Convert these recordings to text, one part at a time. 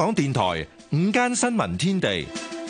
港電台午間新聞天地，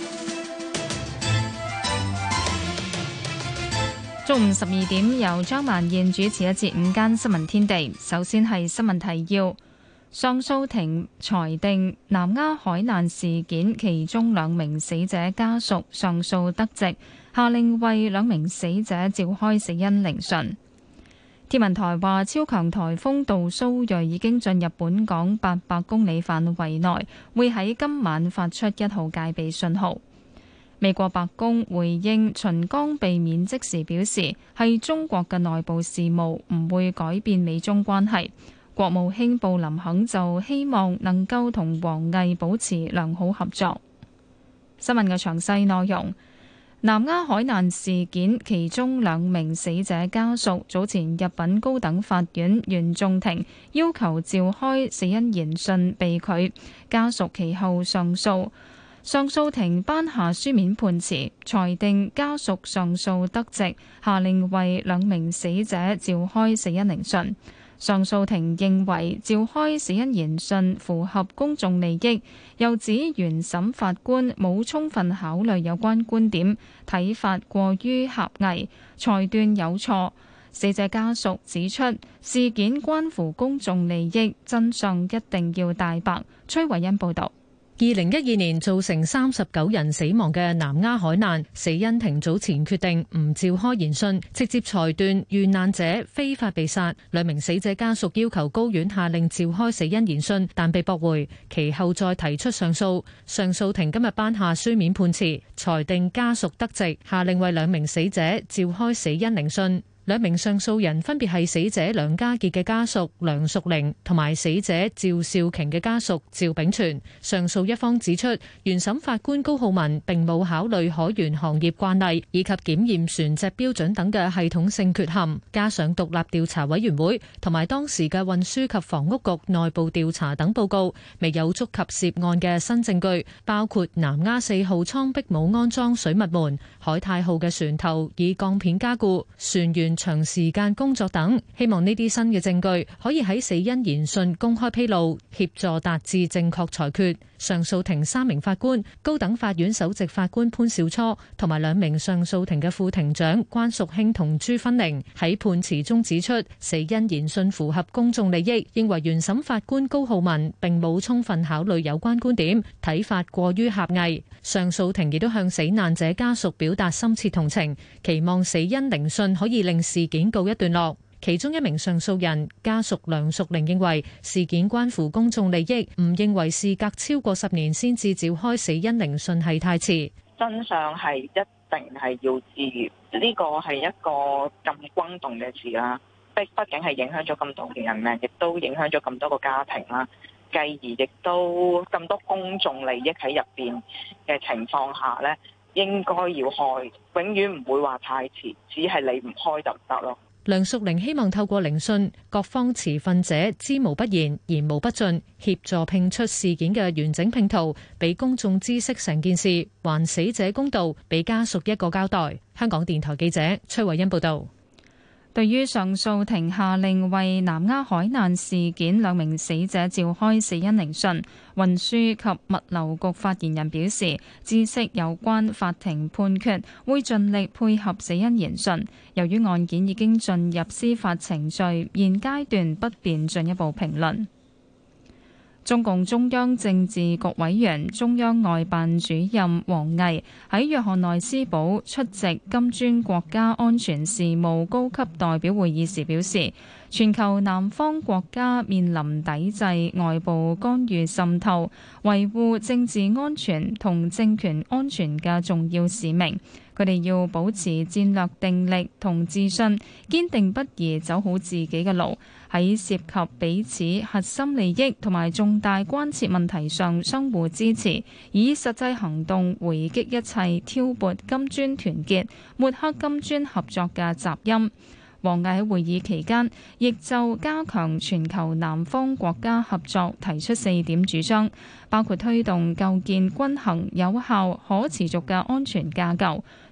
中午12點由張曼燕主持一節午間新聞天地。首先係新聞提要：上訴庭裁定南丫海難事件其中2名死者家屬上訴得直，下令為2名死者召開死因聆訊。天文台話，超強颱風杜蘇芮已經進入本港800公里範圍內，會喺今晚發出1號戒備信號。美國白宮回應秦剛被免職時表示，係中國嘅內部事務，唔會改變美中關係。國務卿布林肯就希望能夠同王毅保持良好合作。新聞嘅詳細內容。南丫海難事件其中2名死者家屬早前入稟高等法院原訟庭，要求召開死因研訊被拒，家屬其後上訴。上訴庭頒下書面判詞，裁定家屬上訴得直，下令為2名死者召開死因聆訊。上訴庭認為召開死因研訊符合公眾利益，又指原審法官冇充分考慮有關觀點，睇法過於狹隘，裁斷有錯。死者家屬指出，事件關乎公眾利益，真相一定要大白。崔慧欣報導。 2012年造成39人死亡嘅南丫海難，死因庭早前決定唔召開研訊，直接裁斷遇難者非法被殺。2名死者家屬要求高院下令召開死因研訊，但被駁回，其後再提出上訴。上訴庭今日頒下書面判詞，裁定家屬得直，下令為2名死者召開死因聆訊。2名上訴人分別係死者梁家傑嘅家屬梁淑玲同埋死者趙少瓊嘅家屬趙炳全。上訴一方指出，原審法官高浩文並冇考慮海員行業慣例以及檢驗船隻標準等嘅系統性缺陷，加上獨立調查委員會同埋當時嘅運輸及房屋局內部調查等報告，未有觸及涉案嘅新證據，包括南丫4號艙壁冇安裝水密門，海泰號嘅船頭以鋼片加固，船員長時間工作等，希望呢啲新嘅證據可以喺死因研訊公開披露，協助達至正確裁決。上訴庭3名法官，高等法院首席法官潘兆初同埋2名上訴庭嘅副庭長關淑卿同朱芬玲喺判詞中指出，死因研訊符合公眾利益，認為原審法官高浩文並冇充分考慮有關觀點，睇法過於狹隘。上訴庭亦都向死難者家屬表達深切同情，期望死因聆訊可以令事件告一段落。其中1名上訴人家屬梁淑玲認為事件關乎公眾利益，唔認為事隔超過10年先至召開死因聆訊係太遲。 真相係一定係要知，呢個係一個咁轟動嘅事啦。畢竟係影響咗咁多嘅人命，亦都影響咗咁多個家庭啦。繼而亦都咁多公眾利益喺入邊嘅情況下呢，應該要開，永遠唔會話太遲，只係你唔開就唔得咯。 梁淑玲希望透過聆訊，各方持份者知無不言，言無不盡，協助拼出事件嘅完整拼圖，俾公眾知悉成件事，還死者公道，俾家屬一個交代。香港電台記者崔慧欣報道。 對於上訴庭下令為南丫海難事件2名死者召開死因聆訊，運輸及物流局發言人表示，知悉有關法庭判決，會盡力配合死因研訊。由於案件已經進入司法程序，現階段不便進一步評論。中共中央政治局委員、中央外辦主任王毅喺約翰內斯堡出席金磚國家安全事務高級代表會議時表示，全球南方國家面臨抵制外部干預滲透、維護政治安全同政權安全嘅重要使命。佢哋要保持戰略定力同自信，堅定不移走好自己嘅路，喺涉及彼此核心利益同埋重大關切問題上相互支持，以實際行動回擊一切挑撥金磚團結、抹黑金磚合作嘅雜音。王毅喺會議期間，亦就加強全球南方國家合作提出4點主張，包括推動構建均衡、有效、可持續嘅安全架構，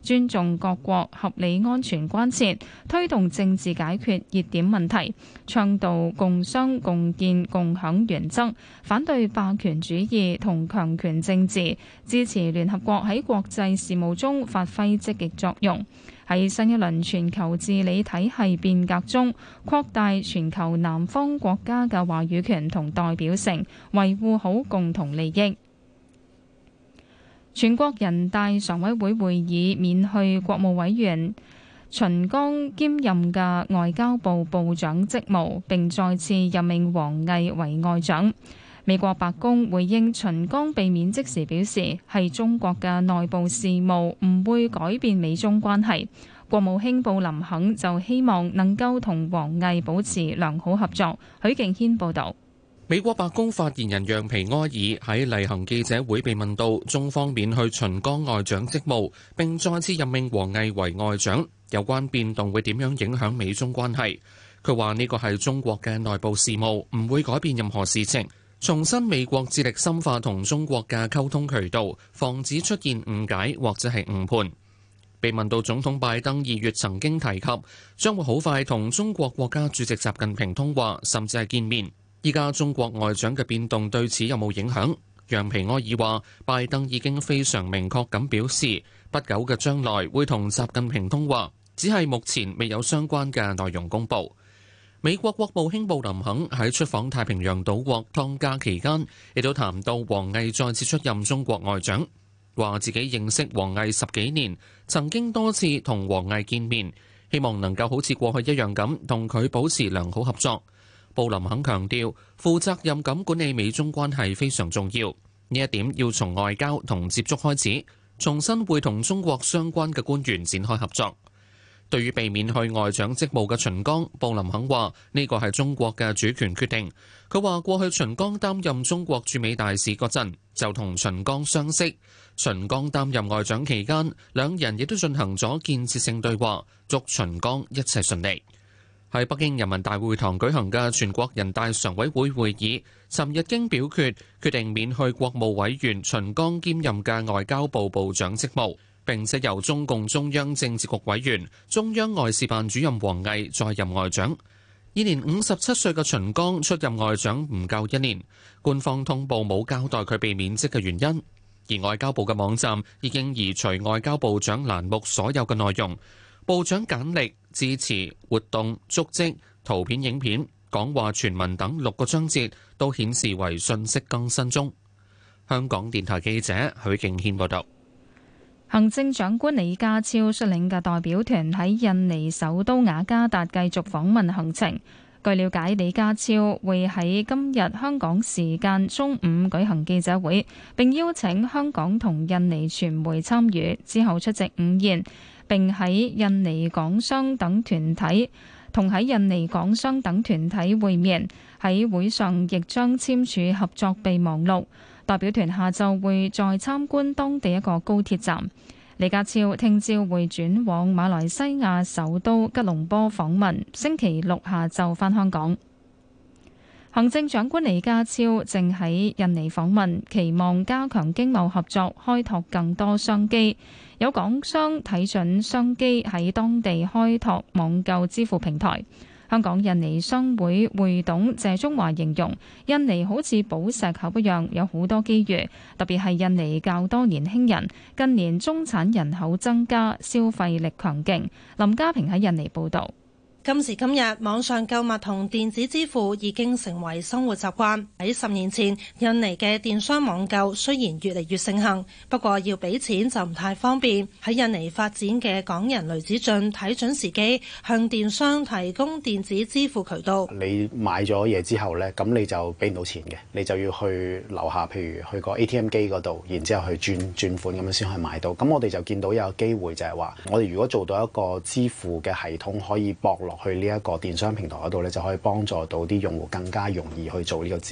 尊重各國合理安全關切，推動政治解決熱點問題，倡導共商共建共享原則，反對霸權主義同強權政治，支持聯合國喺國際事務中發揮積極作用。喺新一輪全球治理體系變革中，擴大全球南方國家嘅話語權同代表性，維護好共同利益。全國人大常委會會議免去國務委員秦剛兼任嘅外交部部長職務，並再次任命王毅為外長。美國白宮回應秦剛被免職時表示，係中國嘅內部事務，唔會改變美中關係。國務卿布林肯就希望能夠同王毅保持良好合作。許敬軒報導。 美國白宮發言人讓皮埃爾喺例行記者會被問到中方免去秦剛外長職務，並再次任命王毅為外長，有關變動會點樣影響美中關係？佢話呢個係中國嘅內部事務，唔會改變任何事情。重申美國致力深化同中國嘅溝通渠道，防止出現誤解或者係誤判。被問到總統拜登2月曾經提及將會好快同中國國家主席習近平通話，甚至係見面，依家中國外長嘅變動對此有冇影響？楊皮埃爾話，拜登已經非常明確咁表示，不久嘅將來會同習近平通話，只係目前未有相關嘅內容公佈。美國國務卿布林肯喺出訪太平洋島國湯加期間，亦都談到王毅再次出任中國外長，話自己認識王毅10幾年，曾經多次同王毅見面，希望能夠好似過去一樣咁同佢保持良好合作。布林肯強調，負責任咁管理美中關係非常重要，呢一點要從外交同接觸開始，重新會同中國相關嘅官員展開合作。對於被免去外長職務嘅秦剛，布林肯話呢個係中國嘅主權決定。佢話過去秦剛擔任中國駐美大使嗰陣，就同秦剛相識。秦剛擔任外長期間，兩人亦都進行咗建設性對話，祝秦剛一切順利。喺北京人民大會堂舉行嘅全國人大常委會會議，尋日經表決，決定免去國務委員秦剛兼任嘅外交部部長職務，並且由中共中央政治局委員、中央外事辦主任王毅再任外長。現年57歲嘅秦剛出任外長唔夠1年，官方通報冇交代佢被免職嘅原因，而外交部嘅網站已經移除外交部長欄目所有嘅內容。部長簡歷、致辭、活動、足跡、圖片、影片、講話全文等6個章節都顯示為信息更新中。香港電台記者許敬軒報道。 行政長官李家超率領嘅代表團喺印尼首都雅加達繼續訪問行程。據了解，李家超會喺今日香港時間中午舉行記者會，並邀請香港同印尼傳媒參與，之後出席午宴，並喺印尼港商等團體會面。喺會上亦將簽署合作備忘錄。代表團下晝會再參觀當地一個高鐵站。李家超聽朝會轉往馬來西亞首都吉隆坡訪問，星期六下晝返香港。行政長官李家超正喺印尼訪問，期望加強經貿合作，開拓更多商機。有港商睇準商機喺當地開拓網購支付平台。香港印尼商會會董謝中華形容，印尼好似寶石口一樣，有好多機遇，特別係印尼較多年輕人，近年中產人口增加，消費力強勁。林家平喺印尼報導。 今時今日，網上購物同電子支付已經成為生活習慣。喺10年前，印尼嘅電商網購雖然越嚟越盛行，不過要俾錢就唔太方便。喺印尼發展嘅港人雷子俊睇準時機，向電商提供電子支付渠道。 你買咗嘢之後呢，咁你就俾唔到錢嘅，你就要去樓下，譬如去個 ATM 機嗰度，然之後去轉款咁樣先可以買到。咁我哋就見到有機會就係話，我哋如果做到一個支付嘅系統，可以駁落去呢一個電商平台嗰度咧，就可以幫助到啲用戶更加容易去做呢個支付。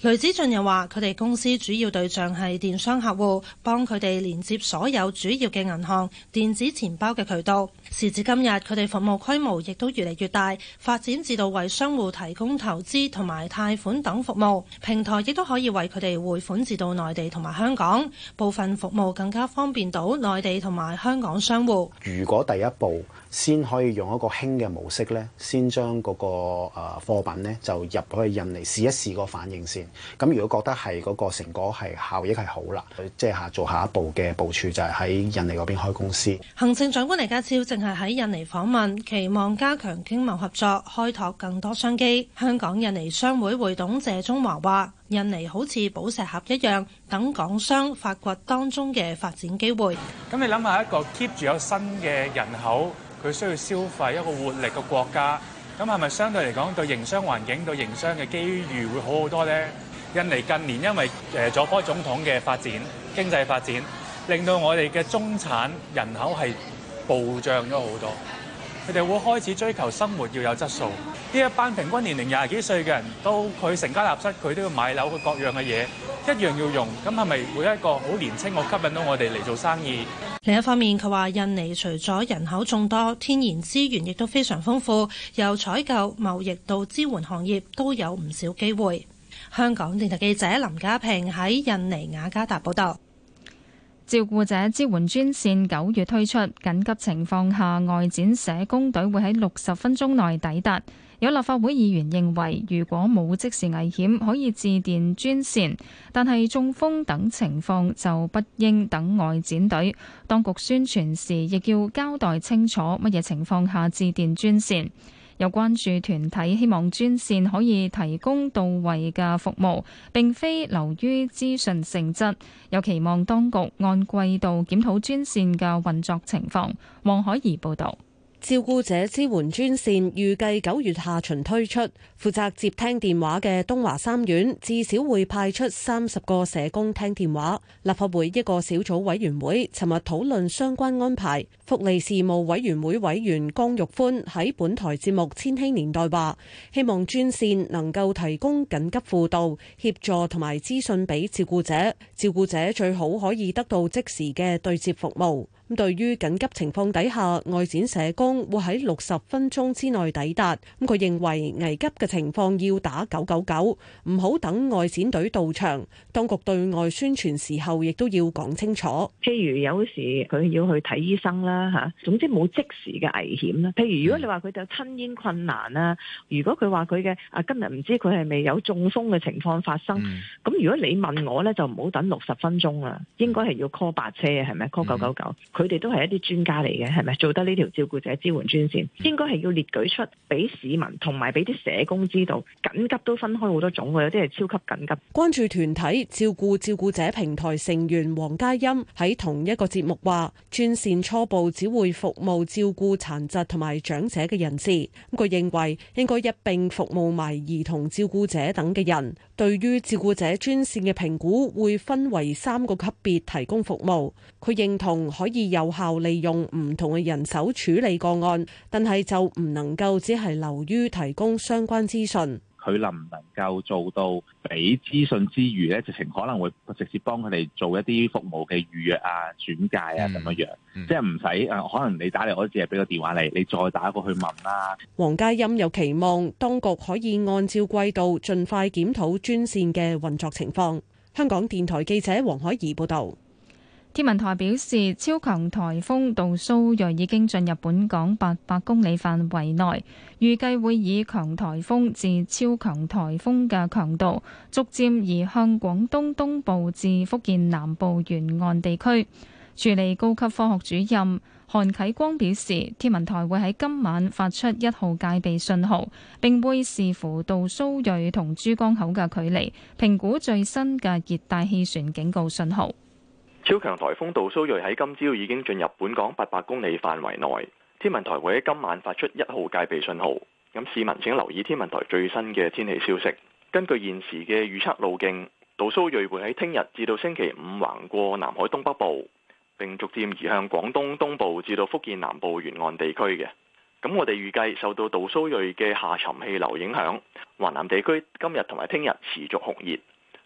雷子俊又話：佢哋公司主要對象係電商客戶，幫佢哋連接所有主要嘅銀行、電子錢包嘅渠道。時至今日，佢哋服務規模亦都越嚟越大，發展至到為商戶提供投資同埋貸款等服務。平台亦都可以為佢哋匯款至到內地同埋香港，部分服務更加方便到內地同埋香港商戶。 如果第一步先可以用一個輕嘅模式咧，先將嗰個貨品咧就入去印尼試一試個反應先。咁如果覺得係嗰個成果係效益係好啦，即係做下一步嘅部署就係喺印尼嗰邊開公司。 行政長官李家超正係喺印尼訪問，期望加強經貿合作，開拓更多商機。香港印尼商會會董謝中華話：印尼好似寶石盒一樣，等港商發掘當中嘅發展機會。 咁你諗下一個 keep 住有新嘅人口，佢需要消費一個活力嘅國家，咁係咪相對嚟講對營商環境、對營商嘅機遇會好好多呢？印尼近年因為佐科總統嘅發展、經濟發展，令到我哋嘅中產人口係暴漲咗好多。佢哋會開始追求生活要有質素。呢一班平均年齡20幾歲嘅人都佢成家立室，佢都要買樓，佢各樣嘅嘢一樣要用。咁係咪會一個好年輕，我吸引到我哋嚟做生意？ 另一方面，佢話印尼除咗人口眾多，天然資源亦都非常豐富，由採購、貿易到支援行業都有唔少機會。香港電台記者林家平喺印尼雅加達報道。 照顧者支援專線9月推出，緊急情況下外展社工隊會喺60分鐘內抵達。有立法會議員認為，如果冇即時危險，可以致電專線，但係中風等情況就不應等外展隊。當局宣傳時亦要交代清楚乜嘢情況下致電專線。有關注團體希望專線可以提供到位嘅服務，並非流於資訊性質。有期望當局按季度檢討專線嘅運作情況。黃海怡報導。 照顧者支援專線預計9月下旬推出，負責接聽電話嘅東華三院至少會派出30個社工聽電話。立法會一個小組委員會尋日討論相關安排。福利事務委員會委員江玉歡喺本台節目《千禧年代》話，希望專線能夠提供緊急輔導、協助同埋資訊俾照顧者，照顧者最好可以得到即時嘅對接服務。咁對於緊急情況底下，外展社工會喺60分鐘之內抵達。咁佢認為危急嘅情況要打999，唔好等外展隊到場。當局對外宣傳時候亦都要講清楚。 譬如有時佢要去睇醫生啦嚇，總之冇即時嘅危險啦。譬如如果你話佢就吞嚥困難啦，如果佢話佢嘅今日唔知佢係咪有中風嘅情況發生，咁如果你問我咧，就唔好等60分鐘啦，應該係要 call 白車嘅，係咪 call 999？佢哋都係一啲專家嚟嘅，係咪做得呢條照顧者支援專線？應該係要列舉出俾市民同埋俾啲社工知道。緊急都分開好多種喎，有啲係超級緊急。 關注團體照顧者平台成員黃嘉欣喺同一個節目話，專線初步只會服務照顧殘疾同埋長者嘅人士。佢認為應該一並服務埋兒童照顧者等嘅人。對於照顧者專線嘅評估會分為3個級別提供服務。佢認同可以有效利用唔同嘅人手處理個案，但係就唔能夠只係流於提供相關資訊。 佢能唔能夠做到俾資訊之餘咧，直情可能會直接幫佢哋做一啲服務嘅預約啊、轉介啊咁樣樣，即係唔使可能你打嚟我只係俾個電話你再打過去問啦。 黃嘉欣有期望當局可以按照季度盡快檢討專線嘅運作情況。香港電台記者黃海怡報導。 天文台表示，超強颱風杜蘇芮已經進入本港800公里範圍內，預計會以強颱風至超強颱風嘅強度，逐漸移向廣東東部至福建南部沿岸地區。助理高級科學主任韓啟光表示，天文台會喺今晚發出1號戒備信號，並會視乎杜蘇芮同珠江口嘅距離，評估最新嘅熱帶氣旋警告信號。 超強颱風杜蘇芮喺今朝已經進入本港800公里範圍內，天文台會喺今晚發出1號戒備信號。咁市民請留意天文台最新嘅天氣消息。根據現時嘅預測路徑，杜蘇芮會喺聽日至到星期五橫過南海東北部，並逐漸移向廣東東部至到福建南部沿岸地區嘅。咁我哋預計受到杜蘇芮嘅下沉氣流影響，華南地區今日同埋聽日持續酷熱。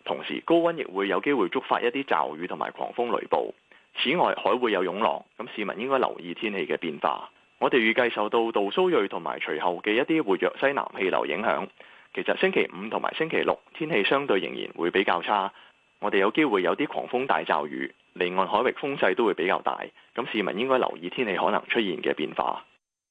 同時高溫亦會有機會觸發一啲驟雨同埋狂風雷暴。此外，海會有湧浪，咁市民應該留意天氣嘅變化。我哋預計受到杜蘇芮同埋隨後嘅一啲活躍西南氣流影響，其實星期五同埋星期六天氣相對仍然會比較差。我哋有機會有啲狂風大驟雨，離岸海域風勢都會比較大，咁市民應該留意天氣可能出現嘅變化。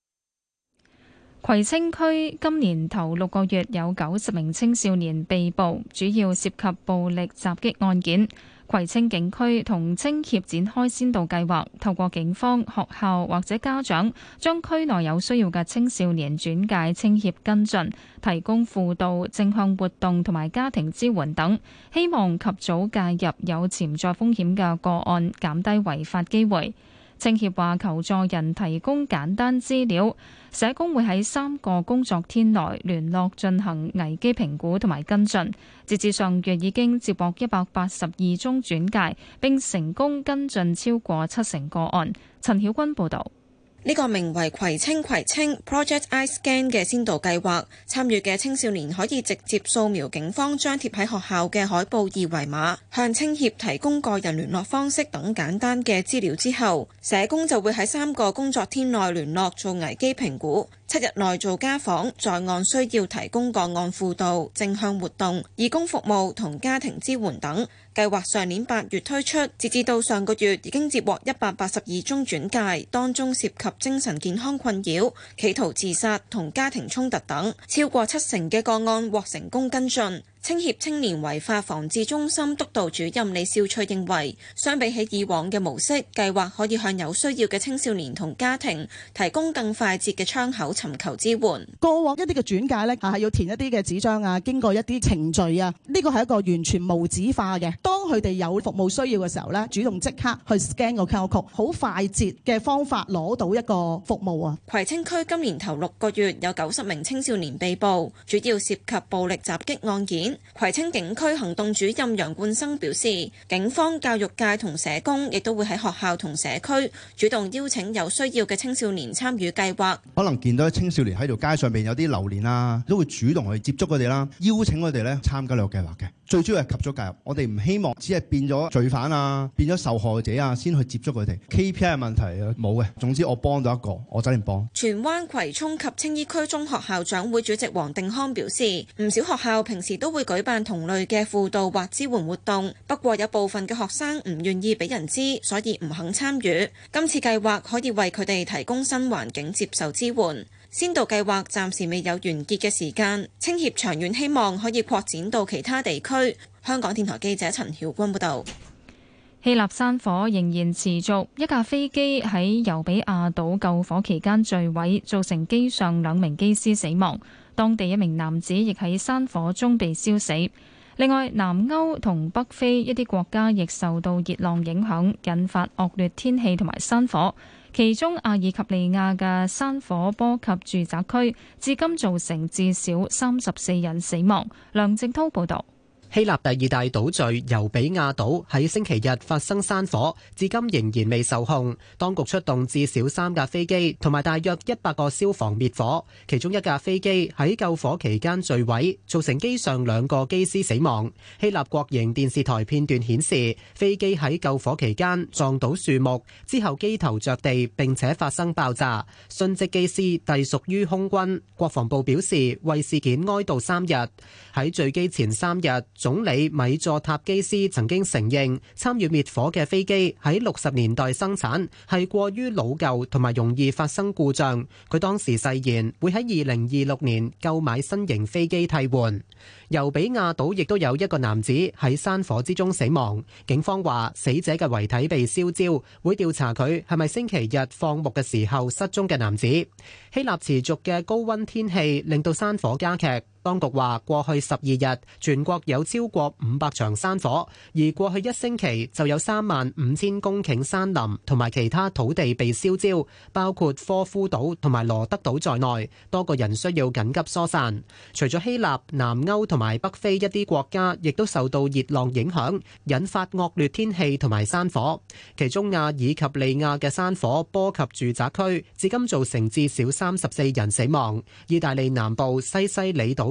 葵青區今年頭6個月有90名青少年被捕，主要涉及暴力襲擊案件。葵青警區同青協展開先導計劃，透過警方、學校或者家長，將區內有需要嘅青少年轉介青協跟進，提供輔導、正向活動同埋家庭支援等，希望及早介入有潛在風險嘅個案，減低違法機會。青協話求助人提供簡單資料，社工會喺3個工作天內聯絡進行危機評估同埋跟進。截至上月已經接獲182宗轉介，並成功跟進超過70個案。陳曉君報導。 呢個名為葵青 Project iScan 嘅先導計劃，參與嘅青少年可以直接掃描警方張貼喺學校嘅海報2維碼，向青協提供個人聯絡方式等簡單嘅資料之後，社工就會喺3個工作天內聯絡做危機評估，7日內做家訪，在按需要提供個案輔導、正向活動、義工服務同家庭支援等。計劃上年8月推出，截至到上個月已經接獲182宗轉介，當中涉及精神健康困擾、企圖自殺同家庭衝突等，超過70%嘅個案獲成功跟進。青協青年違法防治中心督導主任李少翠認為，相比起以往嘅模式，計劃可以向有需要嘅青少年同家庭提供更快捷嘅窗口尋求支援。 過往一啲嘅轉介呢，係要填一啲嘅紙張啊，經過一啲程序啊，呢個係一個完全無紙化嘅。當佢哋有服務需要嘅時候呢，主動即刻去 scan 個 QR code， 好快捷嘅方法攞到一個服務啊。 葵青區今年頭6個月有90名青少年被捕，主要涉及暴力襲擊案件。葵青警區行動主任楊冠生表示，警方、教育界同社工亦都會喺學校同社區主動邀請有需要嘅青少年參與計劃。 可能見到青少年喺條街上面有啲流連啊，都會主動去接觸佢哋啦，邀請佢哋咧參加呢個計劃嘅。最主要係及早介入，我哋唔希望只係變咗罪犯啊，變咗受害者啊，先去接觸佢哋。KPI 嘅問題冇嘅，總之我幫到一個，我仔定幫。 荃灣葵涌及青衣區中學校長會主席黃定康表示，唔少學校平時都會舉辦同類嘅輔導或支援活動，不過有部分嘅學生唔願意俾人知，所以唔肯參與。今次計劃可以為佢哋提供新環境接受支援。先導計劃暫時未有完結嘅時間，青協長遠希望可以擴展到其他地區。香港電台記者陳曉君報導。 希臘山火仍然持續，一架飛機喺猶比亞島救火期間墜毀，造成機上2名機師死亡。當地一名男子亦喺山火中被燒死。另外，南歐同北非一啲國家亦受到熱浪影響，引發惡劣天氣同埋山火。其中阿爾及利亞嘅山火波及住宅區，至今造成至少34人死亡。梁正滔報導。 希臘第2大島嶼猶比亞島喺星期日發生山火，至今仍然未受控。當局出動至少3架飛機同埋大約100個消防滅火，其中一架飛機喺救火期間墜毀，造成機上2個機師死亡。希臘國營電視台片段顯示，飛機喺救火期間撞到樹木，之後機頭着地並且發生爆炸。殉職機師隸屬於空軍。國防部表示為事件哀悼3日。喺墜機前3日，總理米佐塔基斯曾經承認，參與滅火嘅飛機喺60年代生產，係過於老舊同埋容易發生故障。佢當時誓言會喺2026年購買新型飛機替換。猶比亞島亦都有一個男子喺山火之中死亡，警方話死者嘅遺體被燒焦，會調查佢係咪星期日放牧嘅時候失蹤嘅男子。希臘持續嘅高溫天氣令到山火加劇。當局話，過去12日全國有超過500場山火，而過去1星期就有35000公頃山林同埋其他土地被燒焦，包括科夫島同埋羅德島在內，多個人需要緊急疏散。除咗希臘、南歐同埋北非一啲國家，亦都受到熱浪影響，引發惡劣天氣同埋山火。其中阿爾及利亞嘅山火波及住宅區，至今造成至少34人死亡。意大利南部西西里島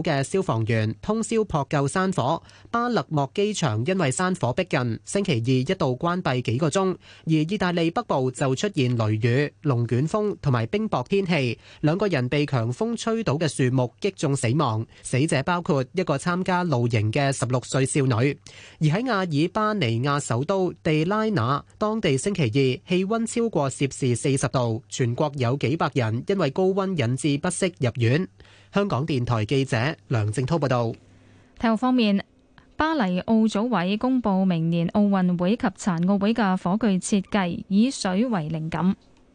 嘅消防員通宵撲救山火。巴勒莫機場因為山火逼近，星期二一度關閉幾個鐘，而意大利北部就出現雷雨、龍捲風同埋冰雹天氣，2個人被強風吹倒嘅樹木擊中死亡，死者包括一個參加露營嘅16歲少女。而喺阿爾巴尼亞首都地拉那，當地星期二氣溫超過攝氏40度，全國有幾百人因為高溫引致不適入院。香港電台記者梁正濤報道。 體育方面，巴黎奧組委公布明年奧運會及殘奧會嘅火炬設計，以水為靈感。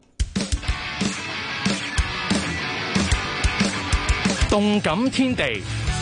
動感天地。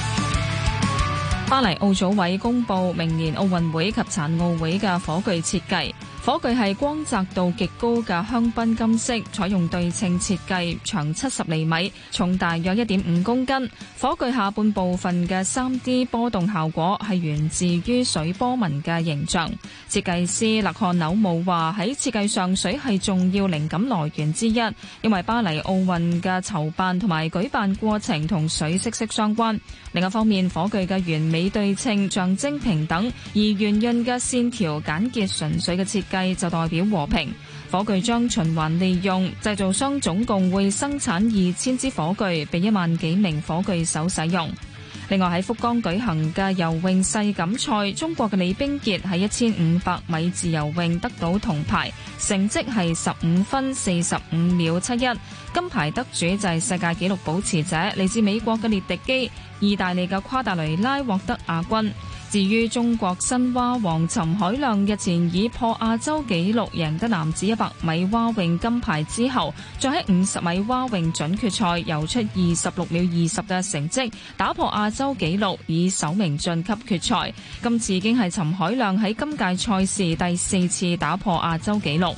巴黎奧組委公布明年奧運會及殘奧會嘅火炬設計。火炬係光澤度極高嘅香檳金色，採用對稱設計，長70厘米，重大約1.5公斤。火炬下半部分嘅 3D 波動效果係源自於水波紋嘅形象。設計師勒漢紐姆話：喺設計上，水係重要靈感來源之一，因為巴黎奧運嘅籌辦同埋舉辦過程同水息息相關。另一方面，火炬嘅完美對稱象徵平等，而圓潤嘅線條簡潔純粹嘅設計就代表和平。火炬將循環利用，製造商總共會生產2000支火炬，俾1萬幾名火炬手使用。另外喺福岡舉行嘅游泳世錦賽，中國嘅李冰潔喺1500米自由泳得到銅牌，成績係15分45秒71。金牌得主就係世界紀錄保持者嚟自美國嘅列迪基，意大利嘅夸達雷拉獲得亞軍。至於中國新蛙王陳海亮日前以破亞洲紀錄贏得男子100米蛙泳金牌之後，再喺50米蛙泳準決賽游出26秒20嘅成績，打破亞洲紀錄，以首名晉級決賽。今次已經係陳海亮喺今屆賽事第4次打破亞洲紀錄。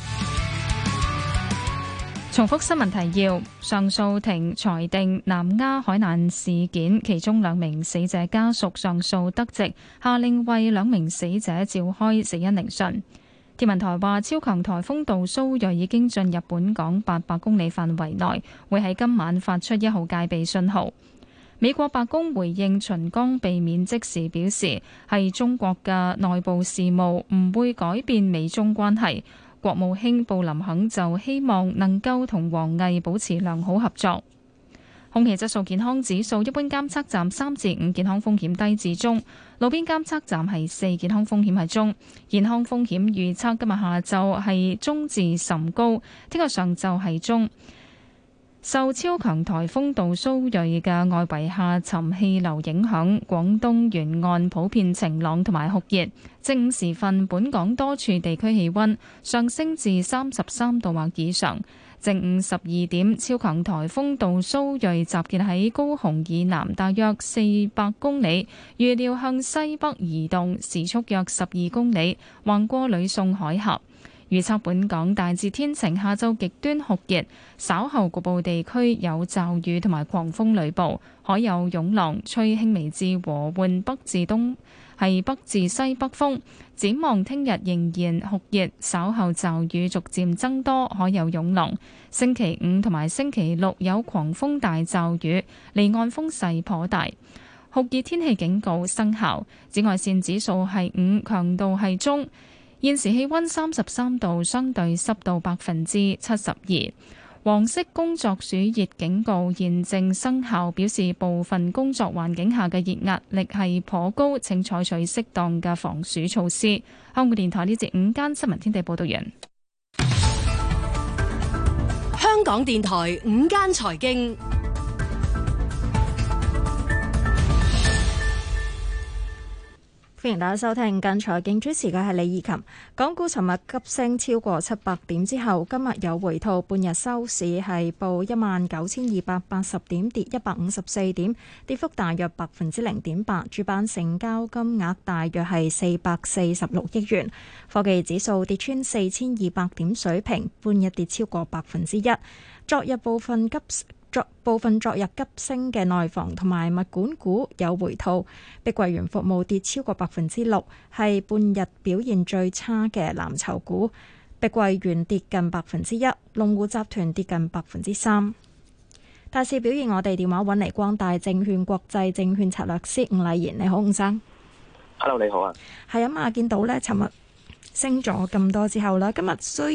重複新聞提要：上訴庭裁定南丫海難事件其中2名死者家屬上訴得直，下令為2名死者召開死因聆訊。天文台話，超強颱風杜蘇芮已經進入本港800公里範圍內，會喺今晚發出1號戒備信號。美國白宮回應秦剛被免職時表示，係中國嘅內部事務，唔會改變美中關係。國務卿布林肯就希望能夠同王毅保持良好合作。空氣質素健康指數，一般監測站3至5，健康風險低至中，路邊監測站係4，健康風險係中。健康風險預測今日下晝係中至甚高，聽日上晝係中。受超強颱風杜蘇芮嘅外圍下沉氣流影響，廣東沿岸普遍晴朗同埋酷熱。正午時分，本港多處地區氣溫上升至33度或以上。正午12點，超強颱風杜蘇芮集結喺高雄以南大約400公里，預料向西北移動，時速約12公里，橫過呂宋海峽。預測本港大致天晴，下晝極端酷熱，稍後局部地區有驟雨同埋狂風雷暴，海有湧浪，吹輕微至和緩北至東，係北至西北風。展望聽日仍然酷熱，稍後驟雨逐漸增多，海有湧浪。星期5同埋星期6有狂風大驟雨，離岸風勢頗大。酷熱天氣警告生效，紫外線指數係5，強度係中。現時氣溫33度，相對濕度72%。黃色工作暑熱警告現正生效，表示部分工作環境下嘅熱壓力係頗高，請採取適當嘅防暑措施。香港電台呢節午間新聞天地報道完。 香港電台午間財經。 歡迎大家收聽，近財經主持嘅係李怡琴。港股尋日急升超過700點之後，今日有回吐，半日收市係報19,280點，跌154點，跌幅大約0.8%。主板成交金額大約係446億元。科技指數跌穿4200點水平，半日跌超過1%。昨日部分昨日急升嘅內房同埋物管股有回吐，碧桂園服務跌超過6%，係半日表現最差嘅藍籌股。碧桂園跌近1%，龍湖集團跌近3%。 大市表現，我哋電話揾嚟光大證券國際證券策略師伍禮賢，你好，伍生。 Hello， 你好啊。係啊嘛，見到咧，尋日升咗咁多之後啦，今日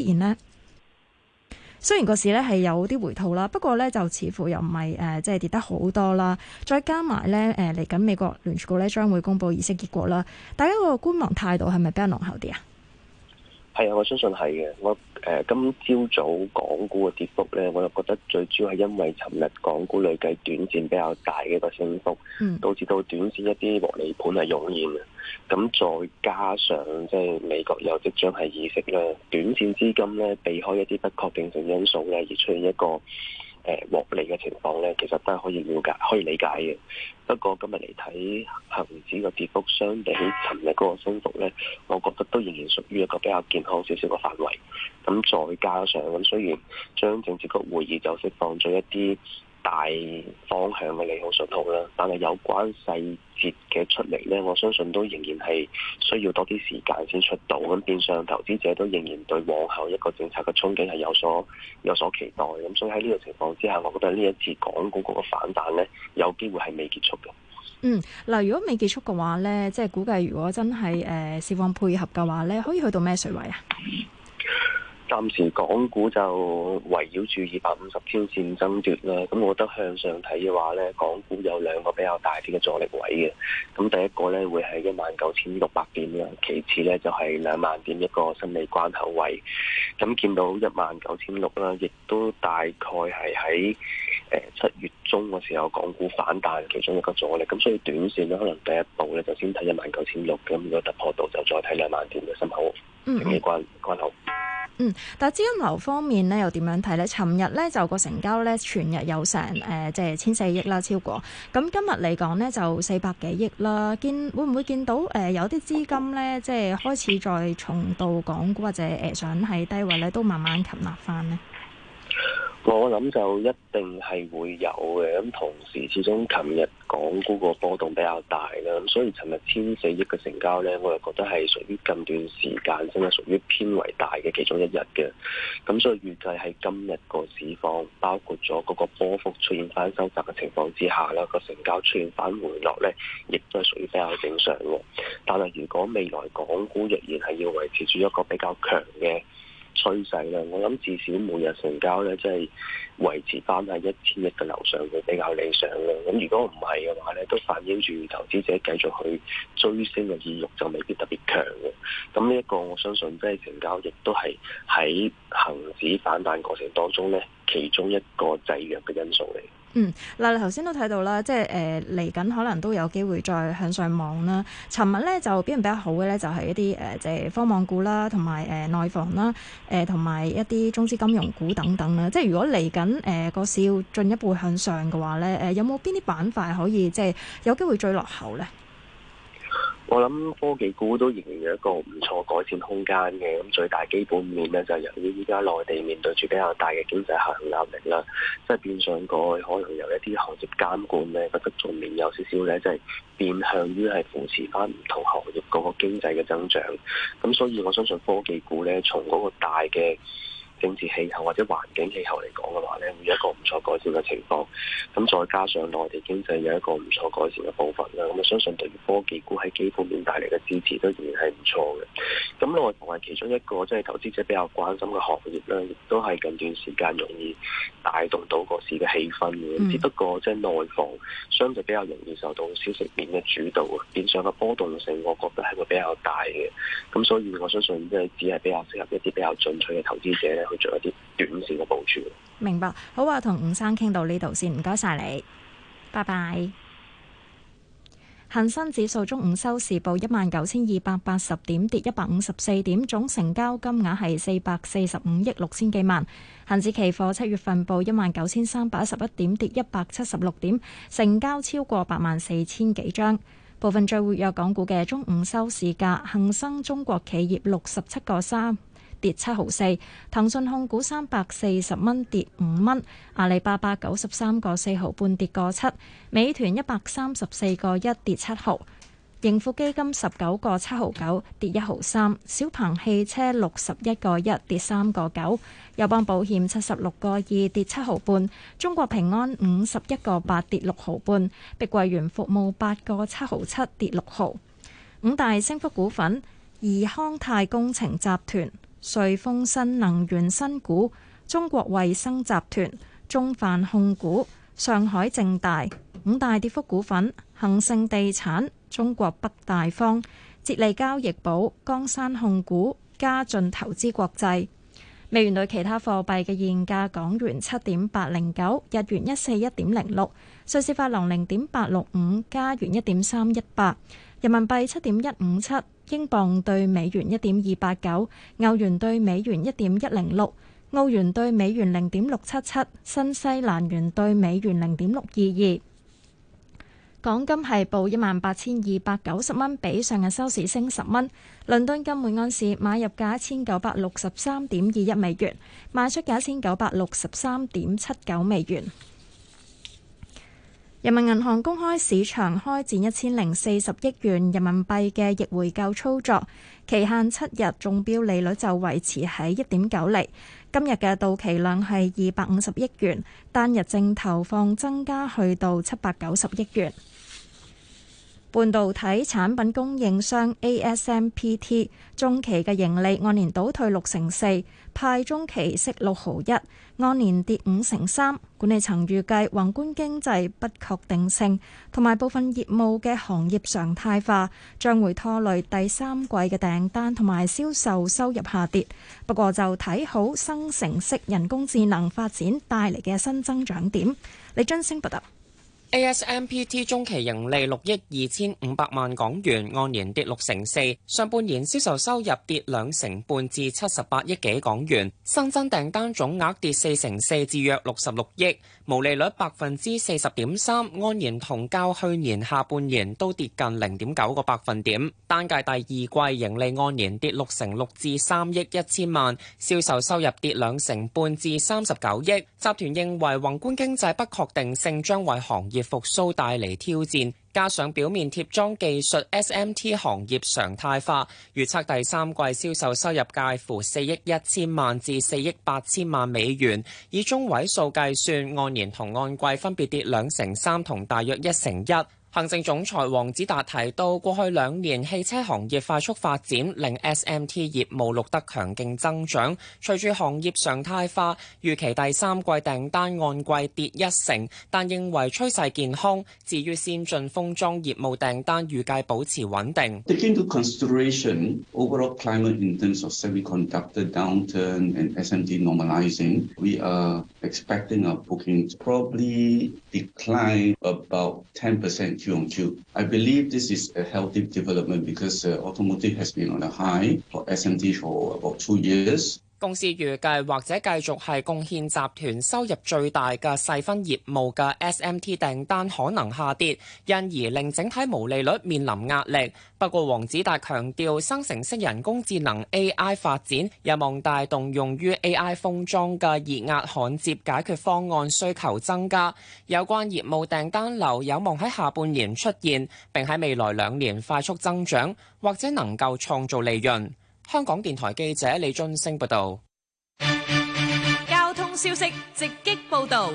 雖然個市咧係有啲回吐啦，不過咧就似乎又唔係即係跌得好多啦。再加埋咧嚟緊美國聯儲局咧將會公布議息結果啦，大家個觀望態度係咪比較濃厚啲啊？ 係啊，我相信係嘅。我今朝早港股嘅跌幅咧，我就覺得最主要係因為尋日港股累計短線比較大嘅一個升幅，導致到短線一啲獲利盤係湧現嘅。咁再加上即係美國又即將係議息咧，短線資金咧避開一啲不確定性因素咧，而出現一個獲利嘅情況咧，其實都係可以理解嘅。不過今日嚟睇恒指個跌幅，相比起尋日嗰個升幅咧，我覺得都仍然屬於一個比較健康少少嘅範圍。咁再加上咁，雖然將政治局會議就釋放咗一啲大方向嘅利好信號啦，但係有關細節嘅出嚟咧，我相信都仍然係需要多啲時間先出到。咁變相投資者都仍然對往後一個政策嘅憧憬係有所期待。咁所以喺呢個情況之下，我覺得呢一次港股嗰個反彈咧，有機會係未結束嘅。 嗱，如果未結束嘅話咧，即係估計如果真係市況配合嘅話咧，可以去到咩水位啊？ 暫時港股就圍繞住250天線爭奪啦，咁我覺得向上睇嘅話咧，港股有兩個比較大啲嘅阻力位嘅。咁第一個咧會係19,600點啦，其次咧就係20,000點一個心理關口位。咁見到19,600啦，亦都大概係喺7月中嘅時候港股反彈其中一個阻力。咁所以短線咧可能第一步咧就先睇19,600，咁如果突破到就再睇20,000點嘅心口整理關口。 但係資金流方面咧又點樣睇咧？尋日咧就個成交咧全日有成即係1,400億啦，超過。咁今日嚟講咧就400幾億啦。會唔會見到有啲資金咧即係開始再重到港股或者想喺低位咧都慢慢吸納翻呢？ 我諗就一定係會有嘅，咁同時始終琴日港股個波動比較大啦，咁所以尋日1,400億嘅成交咧，我又覺得係屬於近段時間真係屬於偏為大嘅其中一日嘅，咁所以預計喺今日個市況，包括咗嗰個波幅出現翻收窄嘅情況之下啦，個成交出現翻回落咧，亦都係屬於比較正常嘅。但係如果未來港股若然係要維持住一個比較強嘅趨勢咧，我諗至少每日成交咧，即係維持翻喺1,000億嘅樓上會比較理想嘅。咁如果唔係嘅話咧，都反映住投資者繼續去追升嘅意欲就未必特別強嘅。咁呢一個我相信即係成交亦都係喺恒指反彈過程當中咧，其中一個制約嘅因素嚟。 嗱，你頭先都睇到啦，即係嚟緊可能都有機會再向上望啦。尋日咧就表現比較好嘅咧，就係一啲即係科網股啦，同埋內房啦，同埋一啲中資金融股等等啦。即係如果嚟緊個市要進一步向上嘅話咧，有冇邊啲板塊可以即係有機會追落後咧？ 我諗科技股都仍然有一個唔錯改善空間嘅，咁最大基本面咧就係由於依家內地面對住比較大嘅經濟下行壓力啦，即係變相過去可能有一啲行業監管咧，覺得仲面有少少咧，即係變向於係扶持翻唔同行業嗰個經濟嘅增長，咁所以我相信科技股咧從嗰個大嘅政治氣候或者環境氣候嚟講嘅話咧，會有一個唔錯改善嘅情況。咁再加上內地經濟有一個唔錯改善嘅部分啦，咁我相信對於科技股喺基本面帶嚟嘅支持都仍然係唔錯嘅。咁內房係其中一個即係投資者比較關心嘅行業啦，亦都係近段時間容易帶動到個市嘅氣氛嘅。只不過即係內房相對比較容易受到消息面嘅主導啊，變相嘅波動性，我覺得係會比較大嘅。咁所以我相信即係只係比較適合一啲比較進取嘅投資者咧，去做一啲短線嘅部署。明白， 好啊，同伍生傾到呢度先，唔該晒你，拜拜。恒生指數中午收市報19,280點，跌154點，總成交金額係445億6千幾萬。恒指期貨7月份報19,311點，跌176點，成交超過84,000幾張。部分最活躍港股嘅中午收市價，恒生中國企業67個3。跌7毫4，騰訊控股340蚊跌5蚊，阿里巴巴93個4毫半跌個7，美團134個1跌7毫， 盈富基金19個7毫9跌1毫3，小鵬汽車61個1跌3個9，友邦保險76個2跌7毫半，中國平安51個8跌6毫半，碧桂園服務8個7毫7跌6毫。五大升幅股份：怡康泰工程集團、瑞豐新能源新股、中國衛生集團、中泛控股、上海正大。五大跌幅股份：恒盛地產、中國北大方、捷利交易寶、江山控股、嘉進投資國際。美元對其他貨幣嘅現價：港元7.809，日元141.06，瑞士法郎0.865，加元1.318，人民幣7.157，英鎊對美元1.289，歐元對美元1.106，澳元對美元0.677，新西蘭元對美元0.622。港金係報18,290蚊，比上日收市升10蚊。倫敦金每安士買入價1963.21美元，賣出價1963.79美元。人民銀行公開市場開展1040億元人民幣嘅逆回購操作，期限7日，中標利率就維持喺1.9厘。今日嘅到期量係250億元，單日淨投放增加去到790億元。半導體產品供應商 ASMPT 中期嘅盈利按年倒退64%，派中期息6毫1，按年跌53%。管理層預計宏觀經濟不確定性同埋部分業務嘅行業常態化將會拖累第三季嘅訂單同埋銷售收入下跌。不過就睇好生成式人工智能發展帶嚟嘅新增長點。李津星報道。 ASMPT 中期盈利6億2500萬港元，按年跌64%，上半年銷售收入跌2成半至78億幾港元，新增訂單總額跌4成4至約66億，毛利率40.3%，按年同較去年下半年都跌近0.9個百分點。單計第二季盈利按年跌6成6至3億1000萬，銷售收入跌2成半至39億。集團認為宏觀經濟不確定性將為行業復甦帶嚟挑戰，加上表面貼裝技術 SMT 行業常態化，預測第三季銷售收入介乎4億1000萬至4億8000萬美元，以中位數計算，按年同按季分別跌2成3同大約1成1。行政總裁黃子達提到，過去2年汽車行業快速發展，令 SMT 業務錄得強勁增長。隨住行業常態化，預期第三季訂單按季跌1成，但認為趨勢健康。至於先進封裝業務訂單預計保持穩定。 Taking into consideration overall climate in terms of semiconductor downturn and SMT normalizing, we are expecting our bookings probably decline about 10%. I believe this is a healthy development because automotive has been on a high for SMT for about 2 years. 公司預計或者繼續係貢獻集團收入最大嘅細分業務嘅 SMT 訂單可能下跌，因而令整體毛利率面臨壓力。不過黃子達強調，生成式人工智能 AI 發展有望帶動用於 AI 封裝嘅熱壓焊接解決方案需求增加，有關業務訂單流有望喺下半年出現，並喺未來2年快速增長，或者能夠創造利潤。香港電台記者李津升報道。 交通消息直擊報道。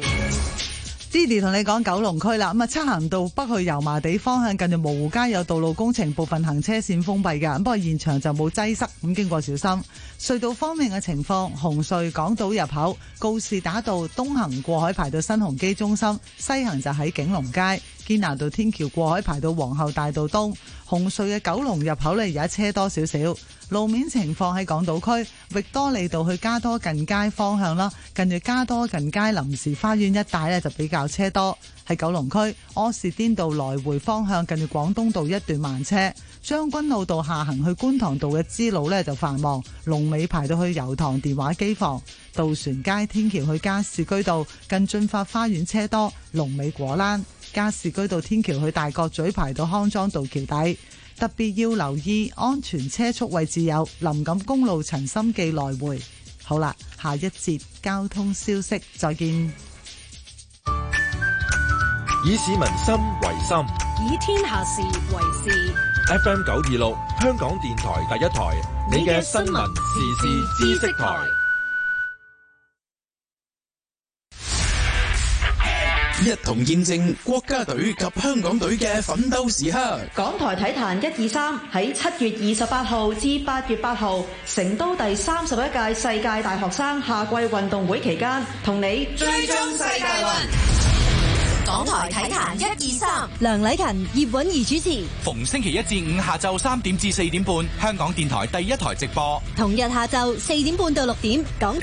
Didi 同你講九龍區啦，咁啊，漆咸道北去油麻地方向近住蕪湖街有道路工程，部分行車線封閉嘅，不過現場就冇擠塞，咁經過小心。隧道方面嘅情況，紅隧港島入口告士打道東行過海排到新鴻基中心，西行就喺景隆街。堅拿道天橋過海排到皇后大道東，紅隧嘅九龍入口呢，而家車多少少。路面情況喺港島區域多利道去加多近街方向啦，近住加多近街臨時花園一帶呢，就比較車多。喺九龍區柯士甸道來回方向近住廣東道一段慢車，將軍澳道下行去觀塘道嘅支路呢，就繁忙，龍尾排到去油塘電話機房。渡船街天橋去加士居道近駿發花園車多，龍尾果欄。加士居道天橋去大角咀排到康莊道橋底，特別要留意安全車速位置有林錦公路陳心記來回。好啦，下一節交通消息再見。 以市民心為心， 以天下事為事。 FM 926，香港電台第一台，你嘅新聞時事知識台。 一同見證國家隊及香港隊嘅奮鬥時刻。 港台體壇123喺7月28號至8月8號，成都第31屆世界大學生夏季運動會期間，同你追蹤世界運。港台體壇123， 梁禮勤、葉韻儀主持。 逢星期一至五下晝3點至4點半，香港電台第一台直播。 同日下晝4點半到6點，港